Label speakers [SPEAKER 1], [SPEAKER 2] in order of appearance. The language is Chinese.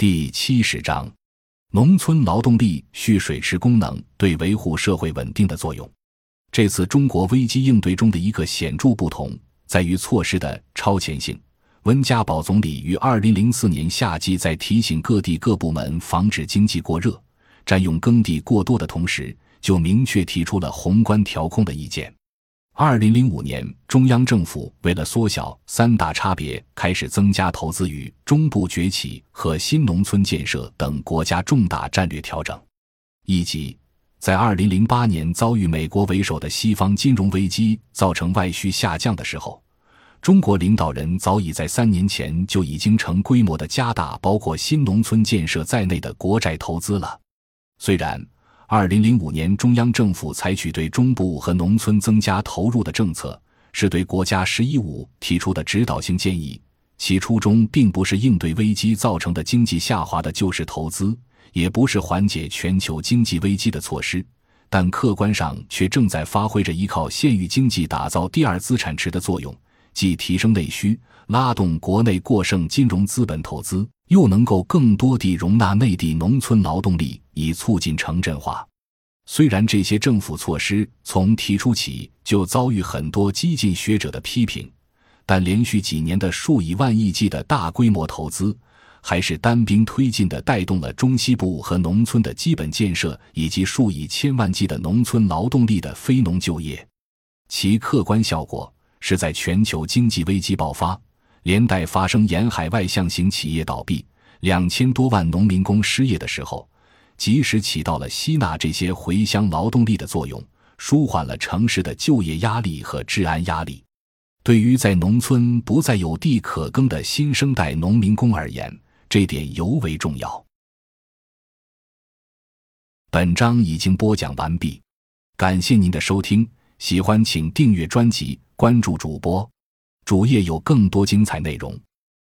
[SPEAKER 1] 第70章，农村劳动力蓄水池功能对维护社会稳定的作用。这次中国危机应对中的一个显著不同，在于措施的超前性。温家宝总理于2004年夏季在提醒各地各部门防止经济过热、占用耕地过多的同时，就明确提出了宏观调控的意见。2005年，中央政府为了缩小三大差别，开始增加投资于中部崛起和新农村建设等国家重大战略调整。一级，在2008年遭遇美国为首的西方金融危机造成外需下降的时候，中国领导人早已在3年前就已经成规模的加大包括新农村建设在内的国债投资了。虽然2005年中央政府采取对中部和农村增加投入的政策，是对国家“十一五”提出的指导性建议，其初衷并不是应对危机造成的经济下滑的救市投资，也不是缓解全球经济危机的措施，但客观上却正在发挥着依靠县域经济打造第二资产池的作用，既提升内需，拉动国内过剩金融资本投资，又能够更多地容纳内地农村劳动力，以促进城镇化。虽然这些政府措施从提出起就遭遇很多激进学者的批评，但连续几年的数以万亿计的大规模投资，还是单兵推进地带动了中西部和农村的基本建设，以及数以千万计的农村劳动力的非农就业。其客观效果是在全球经济危机爆发，连带发生沿海外向型企业倒闭，2000多万农民工失业的时候，及时起到了吸纳这些回乡劳动力的作用，舒缓了城市的就业压力和治安压力。对于在农村不再有地可耕的新生代农民工而言，这点尤为重要。本章已经播讲完毕，感谢您的收听，喜欢请订阅专辑，关注主播，主页有更多精彩内容。